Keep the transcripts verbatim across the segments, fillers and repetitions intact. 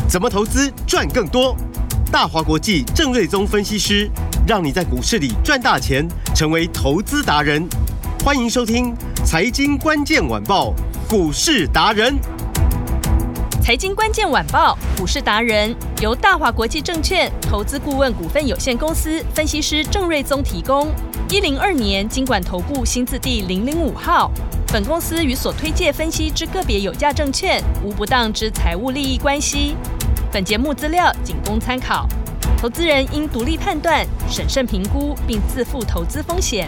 怎么投资赚更多？大华国际郑瑞宗分析师，让你在股市里赚大钱，成为投资达人。欢迎收听《财经关键晚报》股市达人。 财经关键晚报股市达人由大华国际证券投资顾问股份有限公司分析师郑瑞宗提供。一零二年金管投顾新字第零零五号。本公司与所推介分析之个别有价证券无不当之财务利益关系。本节目资料仅供参考，投资人应独立判断、审慎评估，并自负投资风险。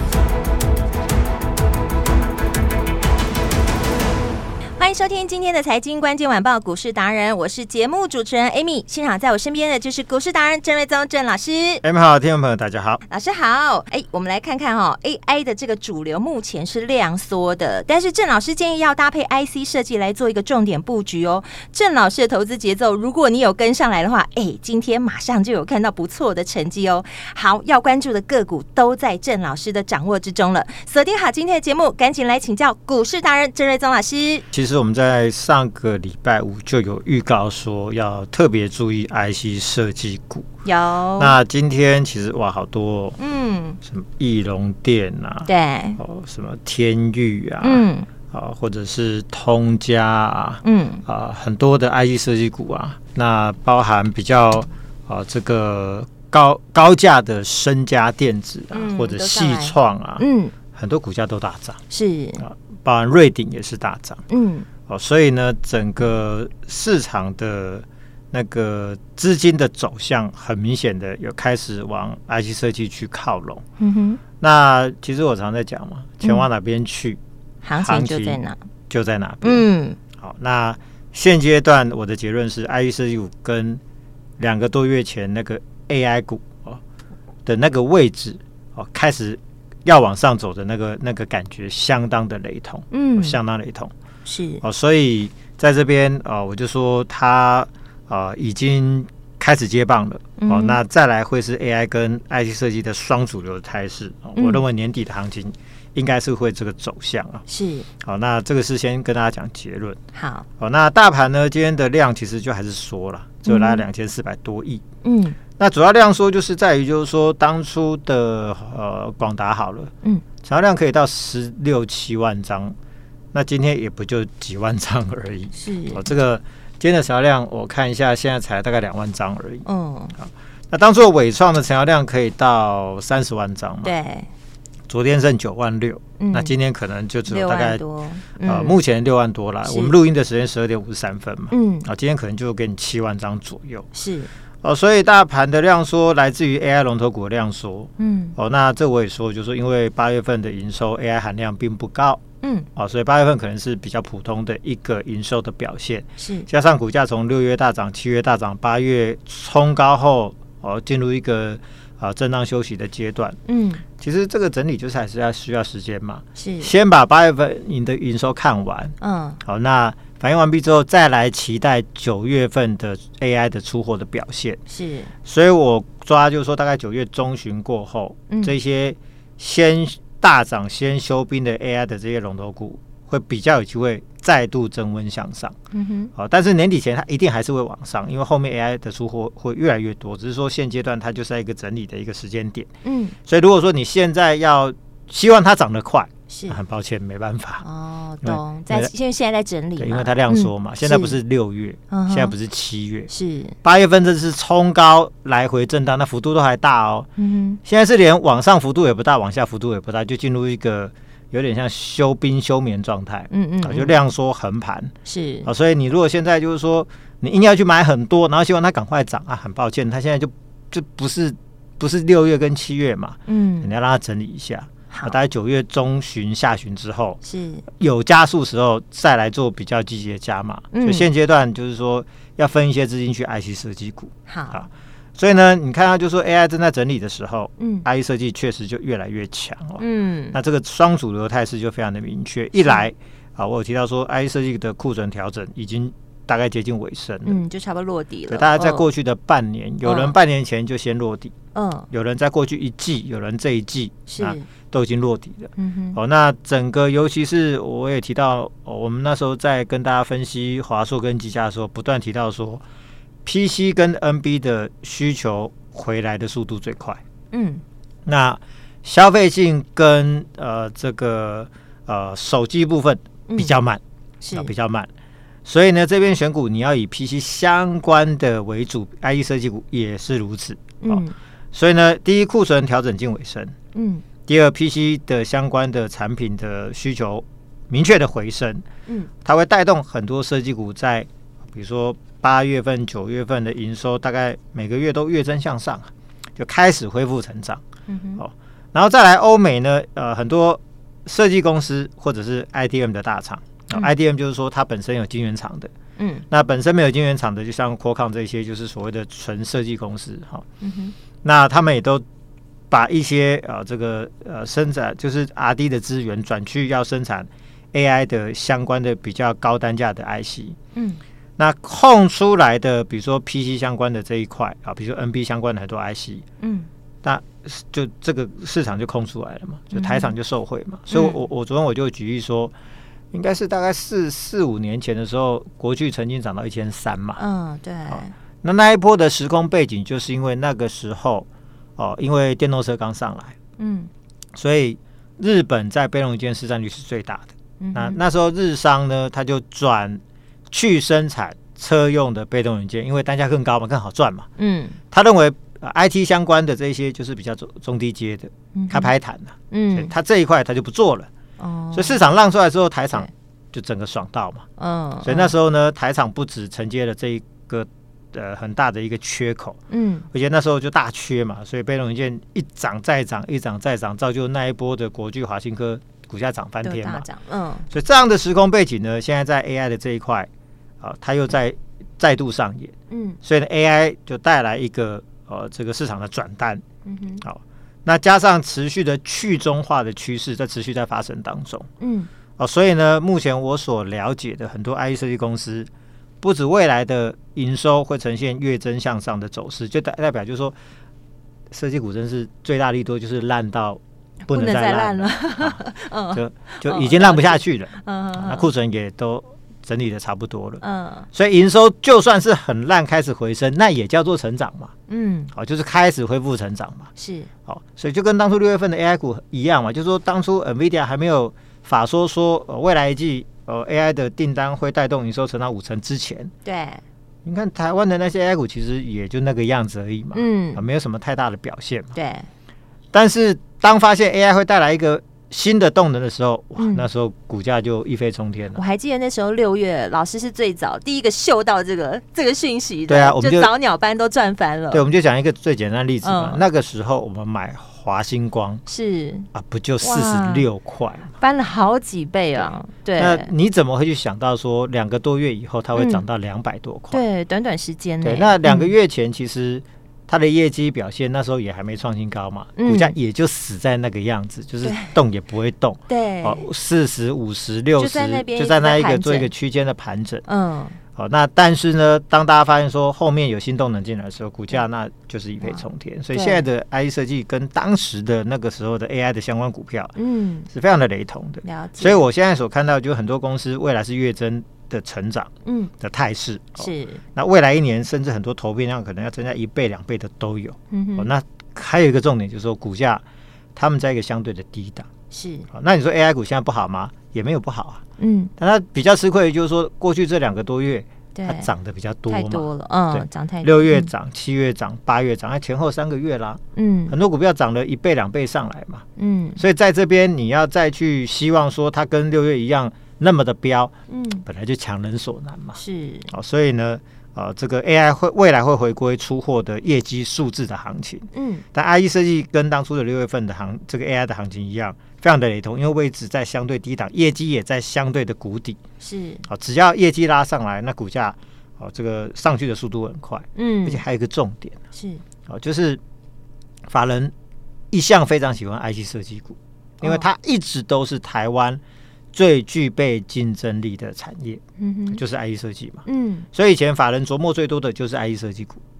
欢迎收听今天的财经关键晚报股市达人，我是节目主持人 Amy， 现场在我身边的就是股市达人郑瑞宗郑老师。 Amy 好，听众朋友大家好， 老师好。哎，我们来看看哦 ，A I 的这个主流目前是量缩的，但是郑老师建议要搭配 I C 设计来做一个重点布局哦。郑老师的投资节奏，如果你有跟上来的话，哎，今天马上就有看到不错的成绩哦。好，要关注的个股都在郑老师的掌握之中了。锁定好今天的节目，赶紧来请教股市达人郑瑞宗老师。 其实我们在上个礼拜五就有预告说要特别注意 I C 设计股， 有。 那今天其实哇好多、哦， 嗯， 什么翼龙电啊， 对， 哦，什么天钰啊， 嗯， 啊，或者是通家啊， 嗯， 啊，很多的 I C 设计股啊，那包含比较啊这个高高价的身家电子啊， 嗯、 或者细创啊， 嗯， 很多股价都大涨， 是啊，包含瑞鼎也是大涨， 嗯。 哦，所以呢，整个市场的那个资金的走向，很明显的有开始往 I C 设计去靠拢。 嗯哼， 那其实我常在讲嘛，钱往哪边去、 嗯，行情就在哪， 就在哪边。 嗯， 好，那现阶段我的结论是 ，I C 设计股跟两个多月前那个 A I 股哦的那个位置哦，开始要往上走的那个那个感觉相当的雷同，嗯，相当雷同。 是哦，所以在这边哦，我就说它呃已经开始接棒了、嗯、哦，那再来会是 A I 跟 I C 设计的双主流的态势、哦嗯、我认为年底的行情应该是会这个走向啊。 是， 好、哦，那这个是先跟大家讲结论。 好， 哦，那大盘呢，今天的量其实就还是缩了，只有来两千四百多亿。嗯，那主要量缩就是在于就是说当初的呃广达好了，嗯，成交量可以到十六七万张。那今天也不就几万张而已， 是哦。这个今天的成交量我看一下，现在才大概两万张而已。 嗯， 好，那当初伟创的成交量可以到三十万张嘛？ 对， 昨天剩九万六、嗯，那今天可能就只有大概多、嗯、呃，目前六万多啦。我们录音的时间十二点五十三分嘛，嗯，啊，今天可能就给你七万张左右。 是哦，所以大盘的量缩来自于 A I 龙头股的量缩。嗯，哦，那这我也说，就是说因为八月份的营收 A I 含量并不高。嗯，哦，所以八月份可能是比较普通的一个营收的表现，是加上股价从六月大涨，七月大涨，八月冲高后，哦，进入一个啊、呃、震荡休息的阶段。嗯，其实这个整理就是还是要需要时间嘛，是先把八月份你的营收看完，嗯，好，那反应完毕之后，再来期待九月份的 A I 的出货的表现。是，所以我抓就是说，大概九月中旬过后，嗯、这些先。大涨先休兵的 A I 的这些龙头股会比较有机会再度增温向上，嗯哼，好，但是年底前它一定还是会往上，因为后面 A I 的出货会越来越多，只是说现阶段它就是在一个整理的一个时间点，嗯，所以如果说你现在要希望它涨得快，是、啊、很抱歉没办法哦，懂，在因为现在在整理嘛， 因为它量缩嘛、嗯，现在不是六月，现在不是七月， 是八月份这是冲高来回震荡，那幅度都还大哦，嗯哼，现在是连往上幅度也不大，往下幅度也不大，就进入一个有点像休兵休眠状态，嗯 嗯, 嗯，就量缩横盘，是啊，所以你如果现在就是说你硬要去买很多，然后希望它赶快涨啊，很抱歉，它现在就就不是不是六月跟七月嘛，嗯，你要让它整理一下。好，大概九月中旬、下旬之后，是有加速时候再来做比较积极的加码。嗯，所以现阶段就是说要分一些资金去 I C 设计股。好，好，所以呢，你看到就是说 A I 正在整理的时候，嗯 ，I C 设计确实就越来越强哦。嗯，那这个双主流态势就非常的明确。一来啊，我有提到说 I C 设计的库存调整已经大概接近尾声了， 嗯，就差不多落底了。 对，大概在过去的半年，哦、有人半年前就先落底。 嗯， 有人在过去一季，有人这一季是、 啊、都已经落底了。 嗯哼， 哦，那整个尤其是我也提到、哦，我们那时候在跟大家分析华硕跟技嘉的时候，不断提到说 ，P C 跟 N B 的需求回来的速度最快。嗯，那消费性跟呃这个呃手机部分比较慢，嗯、是、啊、比较慢。所以呢，这边选股你要以 P C 相关的为主 ，I E 设计股也是如此。哦、嗯，所以呢，第一库存调整近尾声，嗯，第二 P C 的相关的产品的需求明确的回升，嗯，它会带动很多设计股在，比如说八月份、九月份的营收，大概每个月都月增向上，就开始恢复成长。嗯哼，哦，然后再来欧美呢，呃，很多设计公司或者是 I D M 的大厂。嗯、I D M 就是说它本身有晶圆厂的，嗯，那本身没有晶圆厂的，就像 Qualcomm 这些，就是所谓的纯设计公司，哈、嗯哼，那他们也都把一些呃这个呃生产就是 R D 的资源转去要生产 A I 的相关的比较高单价的 I C， 嗯，那空出来的比如说 P C 相关的这一块啊，比如说 N B 相关的很多 I C， 嗯，那就这个市场就空出来了嘛，就台厂就受惠嘛，嗯、所以我我昨天我就举例说。应该是大概四四五年前的时候，国巨曾经涨到一千三嘛。嗯，对。哦、那那一波的时空背景，就是因为那个时候，哦，因为电动车刚上来，嗯，所以日本在被动元件市占率是最大的。嗯、那那时候日商呢，他就转去生产车用的被动元件，因为单价更高嘛，更好赚嘛。嗯，他认为、呃、I T 相关的这些就是比较中中低阶的，他拍谈了。嗯，他这一块他就不做了。哦、所以市场让出来之后，台厂就整个爽到嘛。嗯，所以那时候呢，台厂不止承接了这一个呃很大的一个缺口，嗯，而且那时候就大缺嘛，所以被动元件一涨再涨，一涨再涨，造就那一波的国巨、华新科股价涨翻天嘛。嗯，所以这样的时空背景呢，现在在 A I 的这一块啊、呃，它又在再度上演。嗯，所以呢 A I 就带来一个呃这个市场的转单。嗯哼，好。那加上持续的去中化的趋势在持续在发生当中，嗯，哦，所以呢，目前我所了解的很多 I E 设计公司，不止未来的营收会呈现月增向上的走势，就代代表就是说，设计股真是最大利多就是烂到不能再烂了，啊、就就已经烂不下去了，嗯，那库存也都整理的差不多了，嗯，所以营收就算是很烂开始回升，那也叫做成长嘛。嗯，好，就是开始恢复成长嘛，是好，所以就跟当初六月份的 A I 股一样嘛，就是说当初 NVIDIA 还没有法说说、呃、未来一季呃 A I 的订单会带动营收成长五成之前，对，你看台湾的那些 A I 股其实也就那个样子而已嘛，嗯、呃，没有什么太大的表现嘛，对。但是当发现 A I 会带来一个新的动能的时候，哇，嗯、那时候股价就一飞冲天了。 我还记得那时候六月，老师是最早第一个嗅到这个这个讯息的， 对啊，我们就早鸟班都赚翻了。 对，我们就讲一个最简单的例子嘛。嗯、那个时候我们买华星光是啊，不就四十六块， 翻了好几倍啊。对， 那你怎么会去想到说两个多月以后它会涨到两百多块？ 嗯、对，短短时间内。 对，那两个月前其实。嗯它的业绩表现那时候也还没创新高嘛，嗯、股价也就死在那个样子，就是动也不会动。对，哦，四十五十六十就在那一个做一个区间的盘整。嗯，好、哦，那但是呢，当大家发现说后面有新动能进来的时候，股价那就是一飞冲天。所以现在的 I E 设计跟当时的那个时候的 A I 的相关股票，嗯，是非常的雷同的。了解。所以我现在所看到，就很多公司未来是月增的成长，嗯，的态势、嗯哦、是。那未来一年，甚至很多投片量可能要增加一倍、两倍的都有。嗯、哦，那还有一个重点就是说，股价他们在一个相对的低档，是。哦，那你说 A I 股现在不好吗？也没有不好啊。嗯，但它比较吃亏的就是说，过去这两个多月，它涨得比较多嘛， 太多了，嗯，涨太多。 六月涨，七月涨，八月涨，还前后三个月啦。嗯，很多股票涨了一倍、两倍上来嘛。嗯，所以在这边你要再去希望说它跟六月一样。那么的标，嗯，本来就强人所难嘛，是，哦，所以呢，呃，这个 A I 会未来会回归出货的业绩数字的行情，嗯，但 I E 设计跟当初的六月份的行这个 A I 的行情一样，非常的雷同，因为位置在相对低档，业绩也在相对的谷底，是，好、哦，只要业绩拉上来，那股价，哦，这个上去的速度很快，嗯，而且还有一个重点是，哦，就是法人一向非常喜欢 I C 设计股，因为它一直都是台湾。最具备竞争力的产业，嗯哼，就是 I E 设计嘛，嗯，所以以前法人琢磨最多的就是 I E 设计股，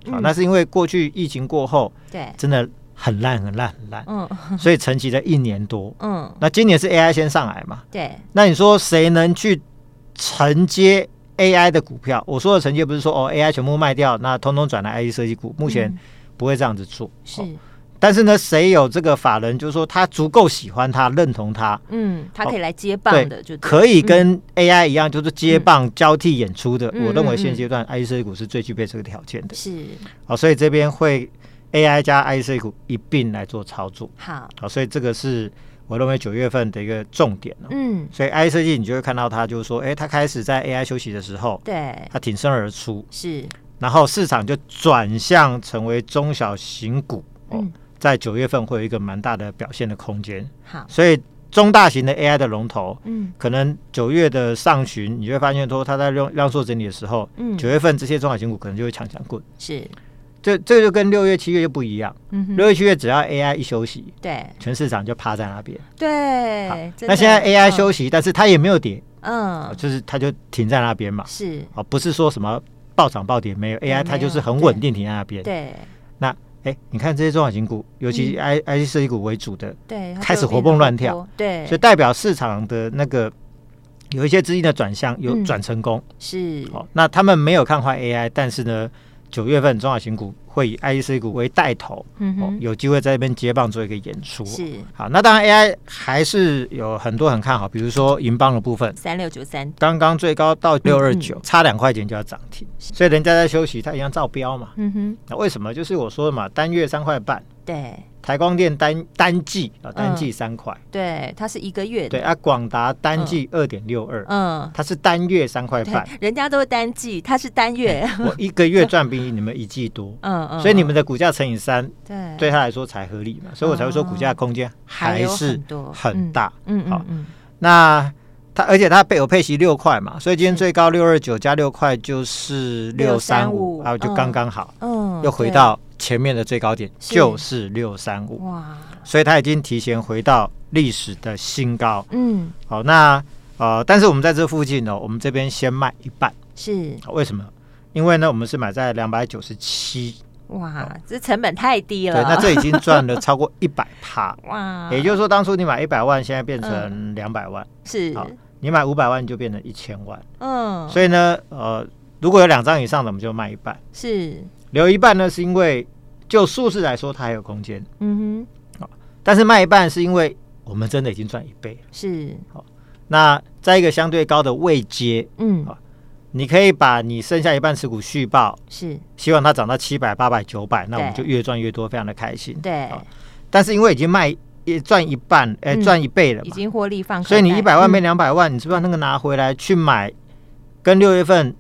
好，那是因为过去疫情过后， 对， 真的很烂很烂很烂，嗯，所以沉寂了一年多，嗯，那今年是 A I 先上来嘛， 对， 那你说谁能去承接 A I 的股票？我说的承接不是说哦 A I 全部卖掉，那通通转来 I C 设计股，目前不会这样子做，嗯、是。但是呢，谁有这个法人，就是说他足够喜欢他、认同他， 嗯，他可以来接棒的，就可以跟 A I 一样，就是接棒交替演出的。嗯、我认为现阶段 I C 设计股是最具备这个条件的。是，好，所以这边会 A I 加 I C 设计股一并来做操作。好，好，所以这个是我认为九月份的一个重点、哦、嗯，所以 I C 设计你就会看到它，就是说，哎，它开始在 A I 休息的时候，对，它挺身而出，是，然后市场就转向成为中小型股，哦、嗯。在九月份会有一个蛮大的表现的空间，好，所以中大型的 A I 的龙头，嗯，可能九月的上旬，你就会发现说，它在量量缩整理的时候，嗯，九月份这些中小型股可能就会强强棍，是，这这个就跟六月、七月就不一样，嗯，六月、七月只要 A I 一休息，对，全市场就趴在那边， 对， 那现在 A I 休息，嗯、但是它也没有跌，嗯，就是它就停在那边嘛，是，哦，不是说什么暴涨暴跌，没有 A I 它就是很稳定停在那边，对，那。哎，你看这些中小型股，尤其 I、嗯、I C 设计股为主的，对，开始活蹦乱跳，对，所以代表市场的那个有一些资金的转向有转成功，嗯、是，好、哦，那他们没有看坏 A I， 但是呢，九月份中小型股会以 I C 设计股为带头，嗯哦，有机会在这边接棒做一个演出，是，好，那当然 A I 还是有很多很看好，比如说银邦的部分， 三六九三， 刚刚最高到六二九，差两块钱就要涨停，所以人家在休息，它一样照标嘛，嗯哼，那为什么？就是我说的嘛，单月三块半，对。台光电单单季啊，单季三块、嗯， 对，它是一个月的。 对啊，广达单季二点六二，嗯，它是单月三块半， 人家都是单季，它是单月。 我一个月赚比你们一季多，嗯嗯，所以你们的股价乘以三，对，对他来说才合理嘛，所以我才会说股价空间还是很大，嗯嗯嗯。那它而且它配有配息六块嘛，所以今天最高六二九加六块就是六三五，然后就刚刚好，嗯，又回到。前面的最高点就是六三五，哇！所以它已经提前回到历史的新高。嗯，好，那呃，但是我们在这附近呢，我们这边先卖一半，是为什么？因为呢，我们是买在两百九十七， 哇，这成本太低了。 对，那这已经赚了超过一百趴，哇！也就是说，当初你买一百万，现在变成两百万，是，好，你买五百万就变成一千万，嗯，所以呢，呃，如果有两张以上的，我们就卖一半，是。留一半呢，是因为就数字来说，它还有空间。嗯哼，好，但是卖一半是因为我们真的已经赚一倍了。是，好，那在一个相对高的位阶，嗯，好，你可以把你剩下一半持股续报，是，希望它涨到七百、八百、九百，那我们就越赚越多，非常的开心。对，但是因为已经卖也赚一半，哎、欸，赚一倍了嘛， 已经获利放口袋， 所以你一百万变两百万，嗯、你知不知道那个拿回来去买跟六月份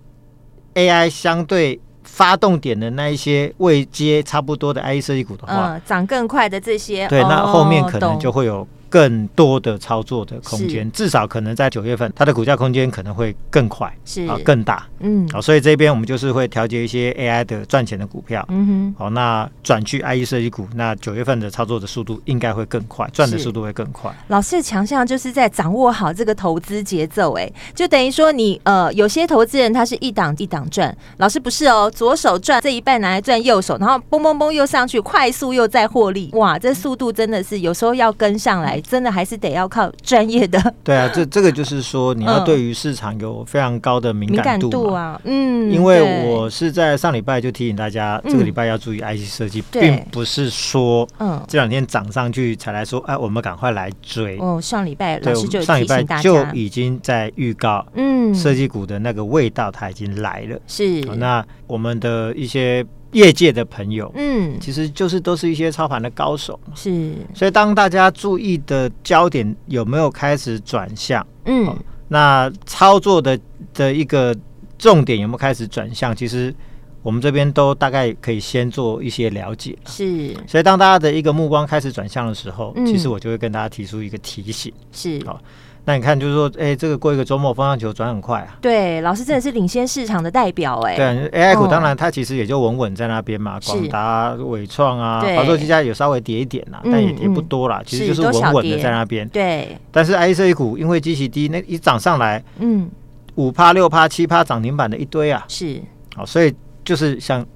A I 相对发动点的那一些位阶差不多的 I C 设计股的话， 嗯，涨更快的这些， 对，哦、那后面可能就会有更多的操作的空间，至少可能在九月份，它的股价空间可能会更快，是啊，更大，嗯，好，所以这边我们就是会调节一些 A I 的赚钱的股票，嗯哼，好，那转去 I C 设计股，那九月份的操作的速度应该会更快，赚的速度会更快。 老师的强项就是在掌握好这个投资节奏，哎，就等于说你呃，有些投资人他是一档一档赚，老师不是哦，左手赚这一半拿来赚右手，然后嘣嘣嘣又上去，快速又再获利，哇，这速度真的是有时候要跟上来。真的还是得要靠专业的。 对啊，这这个就是说，你要对于市场有非常高的敏感度嘛，敏感度啊，嗯，因为我是在上礼拜就提醒大家，嗯、这个礼拜要注意 I C 设计，并不是说，嗯，这两天涨上去才来说，哎，我们赶快来追。 哦，上礼拜老师就上礼拜就已经在预告，嗯，设计股的那个味道它已经来了。是，那我们的一些业界的朋友，嗯，其实就是都是一些操盘的高手，是，所以当大家注意的焦点有没有开始转向，嗯，哦、那操作的的一个重点有没有开始转向，其实我们这边都大概可以先做一些了解，是，所以当大家的一个目光开始转向的时候，嗯、其实我就会跟大家提出一个提醒，是，好、哦。那你看，就是说，哎、欸，这个过一个周末，风向球转很快啊。 对，老师真的是领先市场的代表、欸，哎。 对 ，A I 股当然它其实也就稳稳在那边嘛，广达、伟创啊，华硕技嘉有稍微跌一点啦，嗯、但也跌不多啦，嗯、其实就是稳稳的在那边。对。但是 I C 设计股因为基期低，那一涨上来，嗯，五趴、六趴、七趴涨停板的一堆啊。是。好，所以就是像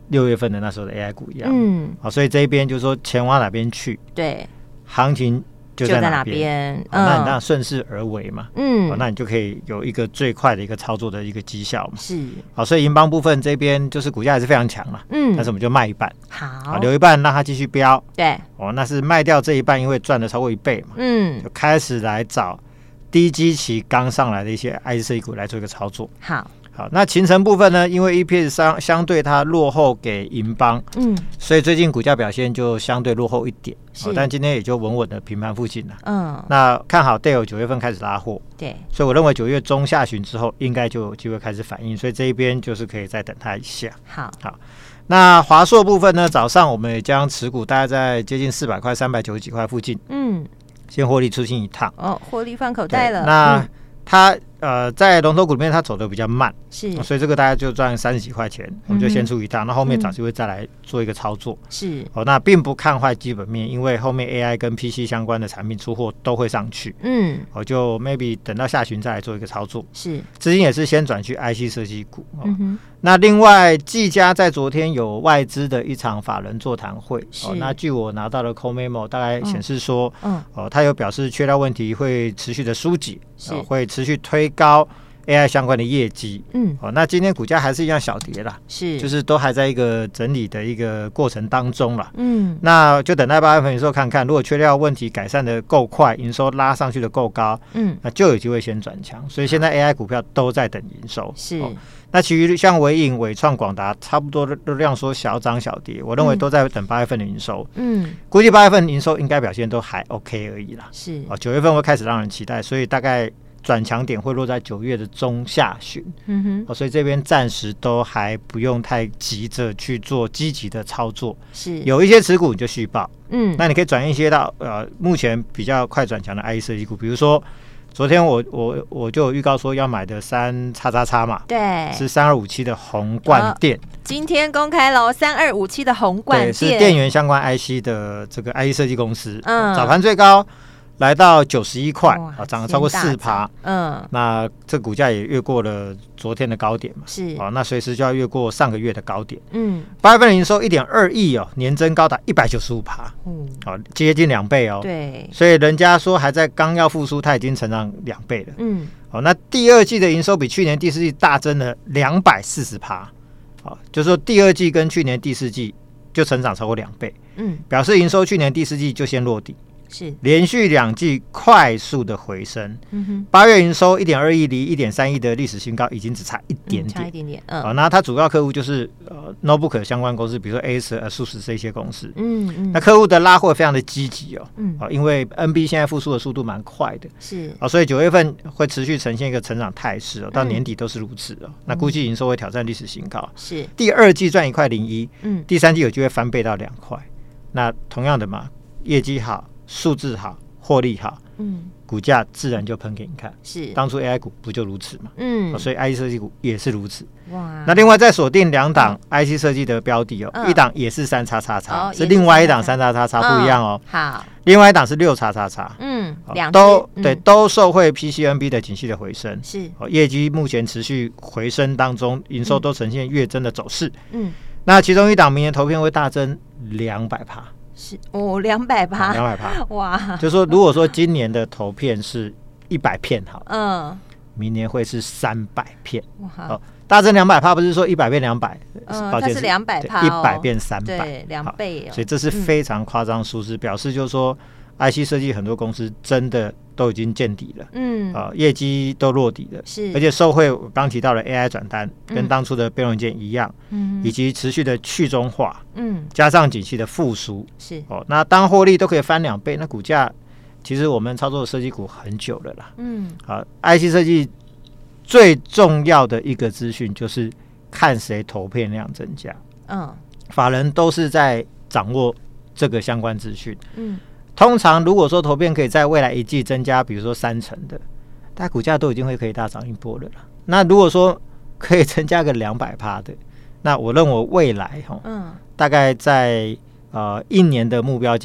六月份的那时候的 A I 股一样，嗯，好，所以这一边就是说钱往哪边去， 对， 行情就在哪边， 嗯、 那你当然顺势而为嘛，嗯，那你就可以有一个最快的一个操作的一个绩效嘛， 是， 好，所以银邦部分这边就是股价还是非常强嘛，嗯，但是我们就卖一半， 好， 留一半让它继续飙， 对， 哦，那是卖掉这一半，因为赚了超过一倍嘛，嗯，就开始来找低基期刚上来的一些 I C 设计股来做一个操作， 好。 好，那勤诚部分呢？因为 E P S 相相对它落后给银邦，嗯，所以最近股价表现就相对落后一点，哦、但今天也就稳稳的平盘附近了。嗯，那看好 Dell 九月份开始拉货， 对， 所以我认为九月中下旬之后应该就有机会开始反应，所以这一边就是可以再等它一下。 好， 好，那华硕部分呢？早上我们也将持股大概在接近四百块、三百九十几块附近，嗯，先获利出清一趟， 哦，获利放口袋了。 那、嗯、它呃在龙头股里面它走的比较慢， 是， 所以这个大概就赚三十几块钱，我们就先出一趟，那、嗯、后面找机会再来做一个操作。 是， 哦，那并不看坏基本面，因为后面 A I 跟 P C 相关的产品出货都会上去。嗯，我、哦、就 maybe 等到下旬再来做一个操作。 是， 资金也是先转去 I C 设计股。哦、嗯那另外，技嘉在昨天有外资的一场法人座谈会。哦，那据我拿到的 call memo 大概显示说，嗯，哦，他有表示缺料问题会持续的疏解，哦，会持续推高 A I 相关的业绩，嗯，哦，那今天股价还是一样小跌啦， 是， 就是都还在一个整理的一个过程当中啦，嗯，那就等待八月份营收看看，如果缺料问题改善的够快，营收拉上去的够高，嗯，那就有机会先转强，所以现在 A I 股票都在等营收， 是。 哦，那其余像伟影、伟创、广达，差不多的量缩小涨小跌，我认为都在等八月份的营收。嗯，估计八月份营收应该表现都还 OK 而已啦。 是哦，九月份会开始让人期待，所以大概转强点会落在九月的中下旬。嗯哼，哦，所以这边暂时都还不用太急着去做积极的操作。是，有一些持股你就续报。嗯，那你可以转一些到呃目前比较快转强的 I C 设计股，比如说。昨天我我我就有预告说要买的三叉叉叉嘛， 对， 是三二五七的宏冠电， 哦，今天公开喽，三二五七的宏冠电， 是电源相关 I C 的这个 I C 设计公司，嗯，早盘最高来到九十一块，啊，涨了超过四趴，嗯，那这股价也越过了昨天的高点嘛， 是， 哦，那随时就要越过上个月的高点，嗯，八月份的营收一点二亿哦，年增高达一百九十五趴，嗯，好，接近两倍哦， 对， 所以人家说还在刚要复苏，它已经成长两倍了，嗯，好，那第二季的营收比去年第四季大增了两百四十趴，好，就是说第二季跟去年第四季就成长超过两倍，嗯，表示营收去年第四季就先落底。 是连续两季快速的回升，八、嗯、月营收一点二亿，离一点三亿的历史新高已经只差一点点，嗯、 差一点点。嗯， 啊，那它主要客户就是呃 notebook 相关公司，比如说 Asus、ASUS 这些公司。嗯嗯，那客户的拉货非常的积极哦，嗯，啊，因为 N B 现在复苏的速度蛮快的， 是啊，所以九月份会持续呈现一个成长态势哦，到年底都是如此哦。嗯、那估计营收会挑战历史新高， 是第二季赚一块零一，嗯，第三季有机会翻倍到两块。那同样的嘛，业绩好。数字好，获利好，嗯，股价自然就喷给你看。 是， 当初 A I 股不就如此嘛？嗯，所以 I C 设计股也是如此。 哇， 那另外再锁定两档 I C 设计的标的哦，嗯、一档也是三叉叉叉，是另外一档三叉叉叉不一样哦。 好， 另外一档是六叉叉叉。嗯， 两都对，都受惠 P C N B 的景气的回升。 是， 哦，业绩目前持续回升当中，营收都呈现月增的走势。嗯，那其中一档明年投片会大增两百趴。 是哦，两百趴， 两百趴， 哇！ 就是说，如果说今年的投片是一百片好，嗯，明年会是三百片，哇！哦，大增两百趴，不是说一百变两百， 嗯，它是两百趴， 一百变三百， 对，两倍哦。 所以这是非常夸张数字，嗯、表示就是说 ，I C 设计很多公司真的都已经见底了，嗯，啊、呃，业绩都落底了， 是， 而且受惠我刚提到的 A I 转单，嗯、跟当初的备用件一样，嗯，以及持续的去中化，嗯，加上景气的复苏， 是， 哦，那当获利都可以翻两倍，那股价其实我们操作的设计股很久了啦，嗯，啊 ，I C 设计最重要的一个资讯就是看谁投片量增加，嗯，法人都是在掌握这个相关资讯，嗯。通常如果说投片可以在未来一季增加，比如说三成的，大概股价都已经会可以大涨一波了啦。那如果说可以增加个两百趴的，那我认为未来哈，嗯，大概在呃一年的目标价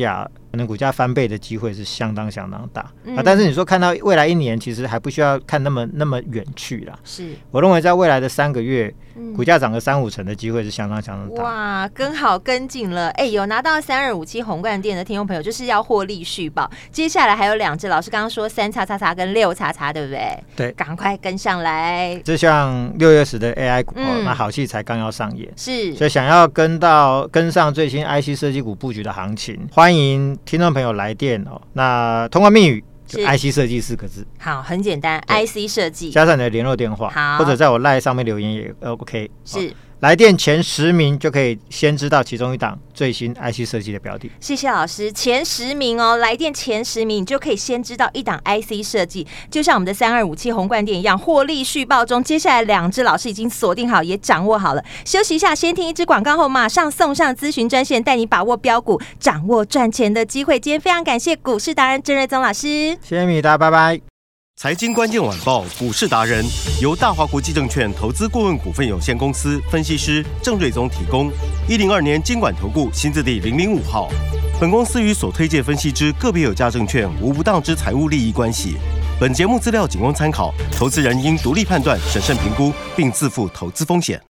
可能股价翻倍的机会是相当相当大、嗯、啊。但是你说看到未来一年，其实还不需要看那么那么远去啦。 是， 我认为在未来的三个月，嗯、股价涨个三五成的机会是相当相当大。 哇，跟好跟紧了，哎、欸，有拿到三二五七宏冠电的听众朋友，就是要获利续报。接下来还有两只，老师刚刚说三叉叉叉跟六叉叉，对不对？ 对， 赶快跟上来。 就像六月十的 A I 股、嗯哦，那好戏才刚要上演， 是， 所以想要跟到跟上最新 I C 设计股布局的行情，欢迎听众朋友来电哦。那通关密语就 I C 设计四个字， 好，很简单 ，I C 设计加上你的联络电话， 好， 或者在我 LINE 上面留言也 OK， 是。哦， 来电前十名就可以先知道其中一档最新 I C 设计的标的。 谢谢老师，前十名哦，来电前十名你就可以先知道一档 I C 设计，就像我们的三二五七宏冠电一样，获利续报中。接下来两只老师已经锁定好，也掌握好了。休息一下，先听一支广告后，马上送上咨询专线，带你把握标股，掌握赚钱的机会。今天非常感谢股市达人郑瑞宗老师， 谢谢米达，拜拜。 财经关键晚报股市达人由大华国际证券投资顾问股份有限公司分析师郑瑞宗提供。一零二年金管投顾新字第零零五号。本公司与所推介分析之个别有价证券无不当之财务利益关系。本节目资料仅供参考，投资人应独立判断、审慎评估，并自负投资风险。